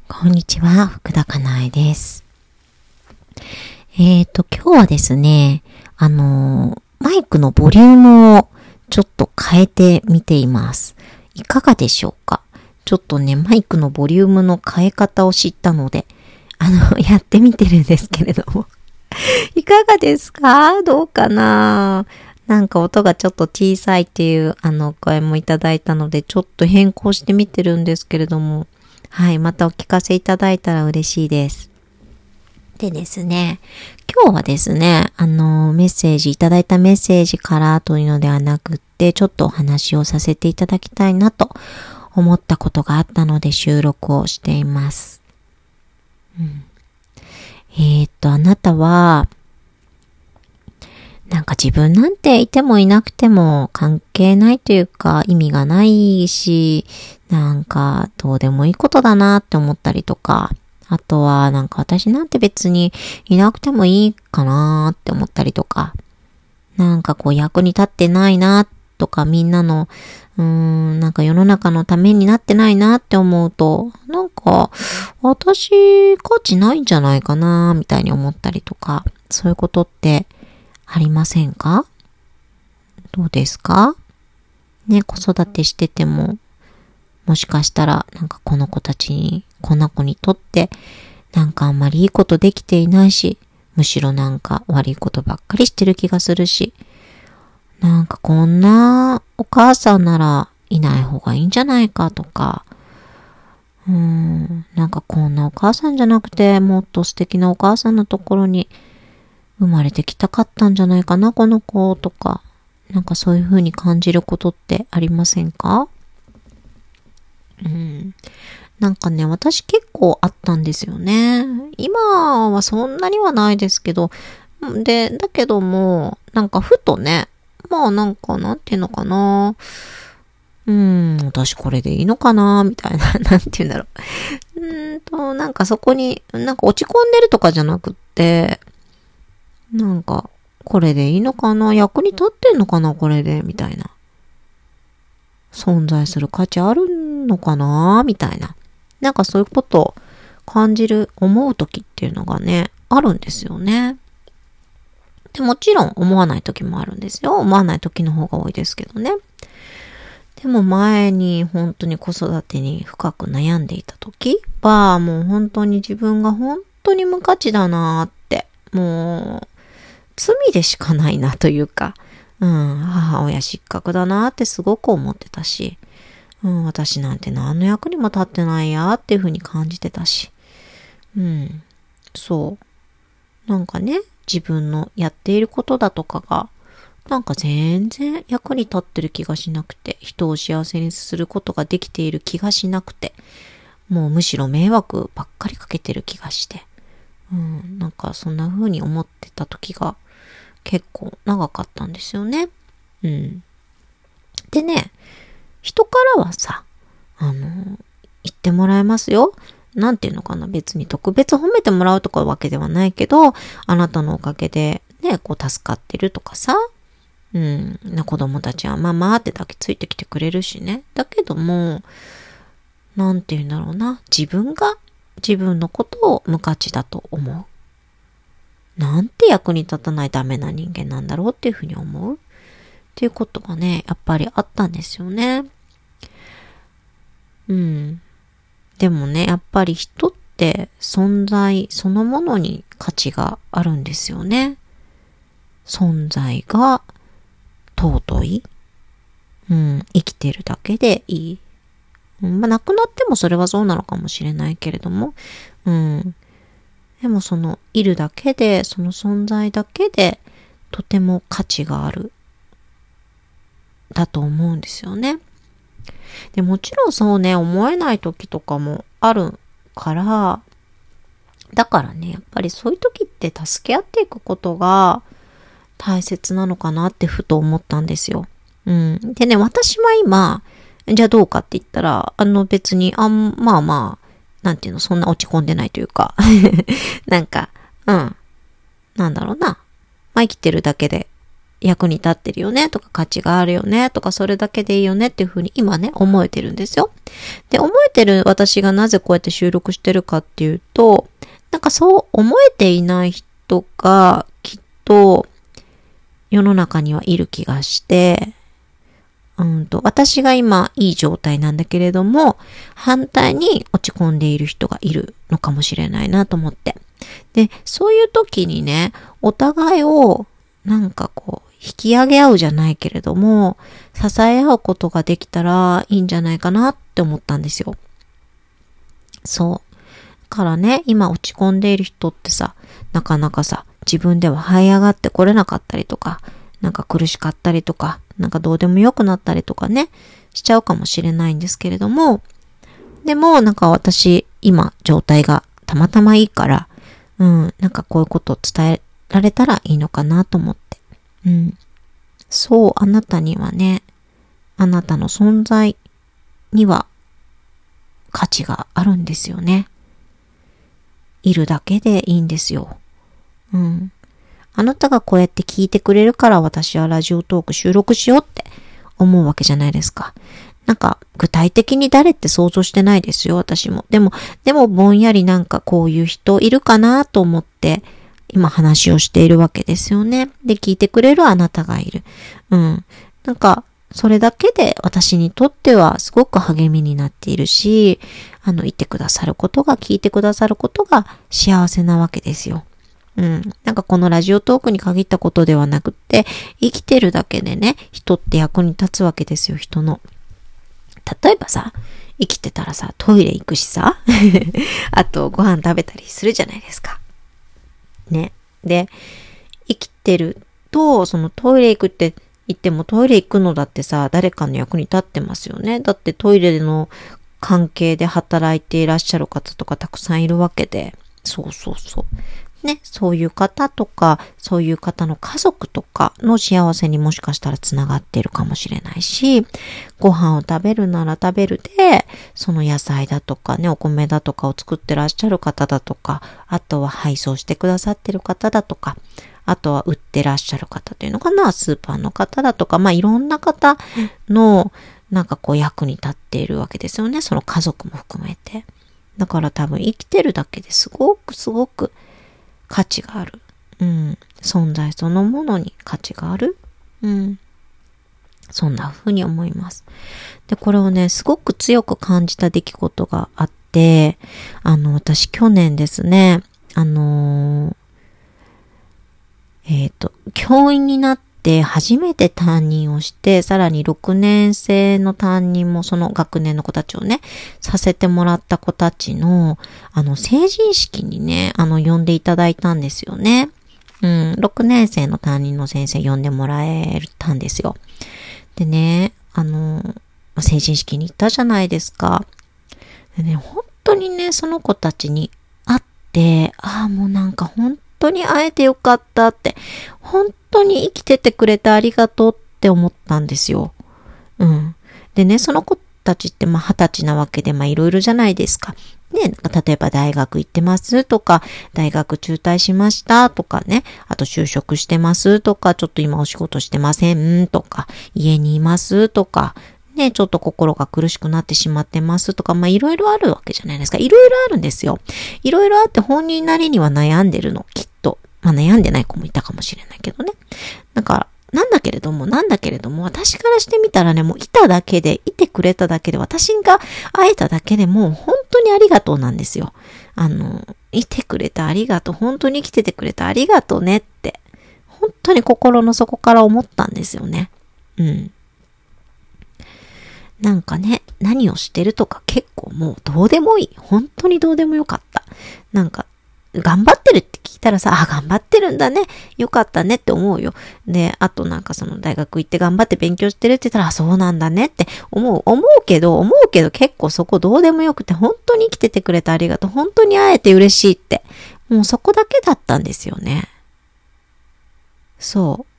こんにちは、福田かなえです。今日はですね、マイクのボリュームをちょっと変えてみています。いかがでしょうか？ちょっとね、マイクのボリュームの変え方を知ったので、やってみてるんですけれども。いかがですか？どうかな？なんか音がちょっと小さいっていうお声もいただいたので、ちょっと変更してみてるんですけれども、はい、またお聞かせいただいたら嬉しいです。でですね、今日はですね、メッセージ、いただいたメッセージからというのではなくって、ちょっとお話をさせていただきたいなと思ったことがあったので収録をしています。あなたは、なんか自分なんていてもいなくても関係ないというか意味がないし、なんかどうでもいいことだなって思ったりとか、あとはなんか私なんて別にいなくてもいいかなって思ったりとか、なんかこう役に立ってないなとかみんなの、なんか世の中のためになってないなって思うと、なんか私価値ないんじゃないかなみたいに思ったりとか、そういうことってありませんか？どうですか？ね、子育てしてても、もしかしたら、なんかこの子にとって、なんかあんまりいいことできていないし、むしろなんか悪いことばっかりしてる気がするし、なんかこんなお母さんならいない方がいいんじゃないかとか、なんかこんなお母さんじゃなくて、もっと素敵なお母さんのところに、生まれてきたかったんじゃないかな、この子とか。なんかそういう風に感じることってありませんか？なんかね、私結構あったんですよね。今はそんなにはないですけど、だけども、なんかふとね、まあなんかなんていうのかな。私これでいいのかなみたいな、なんていうんだろう。なんかそこに、なんか落ち込んでるとかじゃなくって、なんか、これでいいのかな？役に立ってんのかな？これでみたいな。存在する価値あるのかなみたいな。なんかそういうことを思う時っていうのがね、あるんですよね。で、もちろん思わない時もあるんですよ。思わない時の方が多いですけどね。でも前に本当に子育てに深く悩んでいた時は、もう本当に自分が本当に無価値だなって、もう、罪でしかないなというか、母親失格だなってすごく思ってたし、私なんて何の役にも立ってないやっていう風に感じてたし、そう。なんかね、自分のやっていることだとかが、なんか全然役に立ってる気がしなくて、人を幸せにすることができている気がしなくて、もうむしろ迷惑ばっかりかけてる気がして、なんかそんな風に思ってた時が結構長かったんですよね。でね、人からはさ、言ってもらえますよ。なんていうのかな、別に特別褒めてもらうとかわけではないけど、あなたのおかげでね、こう助かってるとかさ、子供たちはママって抱きついてきてくれるしね。だけども、なんていうんだろうな、自分が自分のことを無価値だと思う。なんて役に立たないダメな人間なんだろうっていうふうに思うっていうことがね、やっぱりあったんですよね。でもね、やっぱり人って存在そのものに価値があるんですよね。存在が尊い。生きてるだけでいい。亡くなってもそれはそうなのかもしれないけれども、でもそのいるだけで、その存在だけでとても価値がある。だと思うんですよね。で、もちろんそうね、思えない時とかもあるから、だからね、やっぱりそういう時って助け合っていくことが大切なのかなってふと思ったんですよ。でね、私は今、じゃあどうかって言ったら、別に、まあまあ、なんていうの、そんな落ち込んでないというか、なんか、なんだろうな。まあ生きてるだけで役に立ってるよねとか価値があるよねとかそれだけでいいよねっていうふうに今ね思えてるんですよ。で、思えてる私がなぜこうやって収録してるかっていうと、なんかそう思えていない人がきっと世の中にはいる気がして、私が今いい状態なんだけれども、反対に落ち込んでいる人がいるのかもしれないなと思って。で、そういう時にね、お互いをなんかこう、引き上げ合うじゃないけれども、支え合うことができたらいいんじゃないかなって思ったんですよ。そう。だからね、今落ち込んでいる人ってさ、なかなかさ、自分では這い上がってこれなかったりとか、なんか苦しかったりとか、なんかどうでもよくなったりとかね、しちゃうかもしれないんですけれども、でもなんか私、今状態がたまたまいいから、なんかこういうことを伝えられたらいいのかなと思って。そう、あなたにはね、あなたの存在には価値があるんですよね。いるだけでいいんですよ。あなたがこうやって聞いてくれるから私はラジオトーク収録しようって思うわけじゃないですか。なんか具体的に誰って想像してないですよ、私も。でもぼんやりなんかこういう人いるかなと思って今話をしているわけですよね。で、聞いてくれるあなたがいる。なんかそれだけで私にとってはすごく励みになっているし、いてくださることが、聞いてくださることが幸せなわけですよ。なんかこのラジオトークに限ったことではなくって、生きてるだけでね、人って役に立つわけですよ、人の。例えばさ、生きてたらさ、トイレ行くしさ、あとご飯食べたりするじゃないですか。ね。で、生きてると、そのトイレ行くって言ってもトイレ行くのだってさ、誰かの役に立ってますよね。だってトイレの関係で働いていらっしゃる方とかたくさんいるわけで。そう。ね、そういう方とか、そういう方の家族とかの幸せにもしかしたらつながっているかもしれないし、ご飯を食べるなら食べるで、その野菜だとかね、お米だとかを作ってらっしゃる方だとか、あとは配送してくださってる方だとか、あとは売ってらっしゃる方というのかな、スーパーの方だとか、いろんな方のなんかこう役に立っているわけですよね。その家族も含めて。だから多分生きてるだけですごく価値がある。存在そのものに価値がある。そんな風に思います。で、これをね、すごく強く感じた出来事があって、私去年ですね、教員になって初めて担任をして、さらに6年生の担任もその学年の子たちをね、させてもらった子たちの、成人式にね、呼んでいただいたんですよね。6年生の担任の先生呼んでもらえたんですよ。でね、成人式に行ったじゃないですか。でね、本当にね、その子たちに会って、もうなんか本当に会えてよかったって、本当に生きててくれてありがとうって思ったんですよ。でね、その子たちって20歳なわけで、いろいろじゃないですか。ね、例えば大学行ってますとか、大学中退しましたとかね、あと就職してますとか、ちょっと今お仕事してませんとか、家にいますとか、ね、ちょっと心が苦しくなってしまってますとか、いろいろあるわけじゃないですか。いろいろあるんですよ。いろいろあって本人なりには悩んでるの、きっと。悩んでない子もいたかもしれないけどね。だから、なんだけれども、私からしてみたらね、もういてくれただけで、私が会えただけでも、本当にありがとうなんですよ。いてくれてありがとう、本当に生きててくれてありがとうねって、本当に心の底から思ったんですよね。なんかね、何をしてるとか結構もうどうでもいい。本当にどうでもよかった。なんか、頑張ってるって聞いたらさ、頑張ってるんだね。よかったねって思うよ。で、あとなんかその大学行って頑張って勉強してるって言ったら、そうなんだねって思うけど結構そこどうでもよくて、本当に生きててくれてありがとう。本当に会えて嬉しいって。もうそこだけだったんですよね。そう。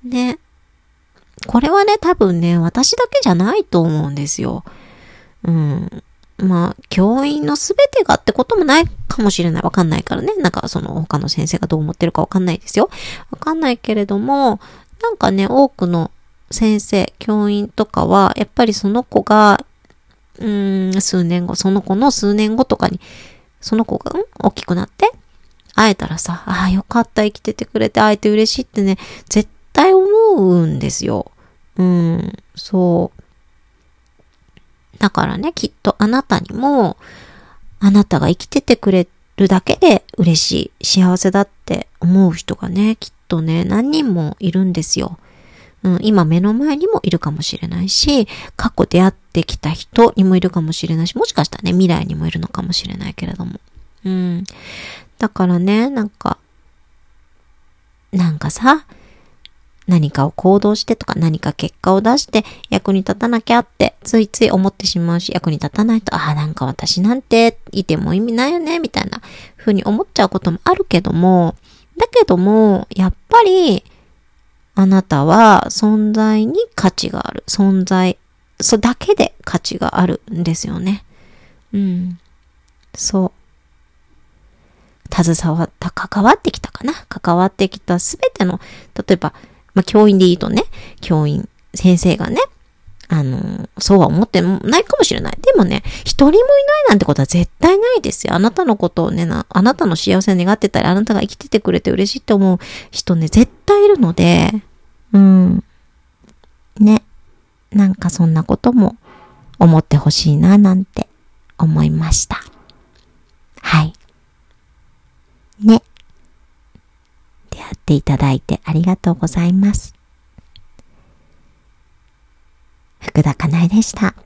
ね。これはね、多分ね、私だけじゃないと思うんですよ。 まあ、教員のすべてがってこともないかもしれない。わかんないからね。なんかその他の先生がどう思ってるかわかんないですよ。わかんないけれども、なんかね、多くの先生、教員とかは、やっぱりその子が、数年後、その子の数年後とかに、その子が、大きくなって、会えたらさ、ああ、よかった、生きててくれて会えて嬉しいってね、絶対思うんですよ。そう。だからね、きっとあなたにも、あなたが生きててくれるだけで嬉しい、幸せだって思う人がね、きっとね、何人もいるんですよ。今目の前にもいるかもしれないし、過去出会ってきた人にもいるかもしれないし、もしかしたらね、未来にもいるのかもしれないけれども。だからね、なんかさ、何かを行動してとか何か結果を出して役に立たなきゃってついつい思ってしまうし、役に立たないと、なんか私なんていても意味ないよね、みたいな風に思っちゃうこともあるけども、だけども、やっぱり、あなたは存在に価値がある。存在、それだけで価値があるんですよね。そう。関わってきたかな。関わってきたすべての、例えば、教員でいいとね、先生がね、そうは思ってないかもしれない。でもね、一人もいないなんてことは絶対ないですよ。あなたのことをね、あなたの幸せを願ってたり、あなたが生きててくれて嬉しいって思う人ね、絶対いるので、ね、なんかそんなことも思ってほしいな、なんて思いました。はい。ね。出会っていただいてありがとうございます。福田かなえでした。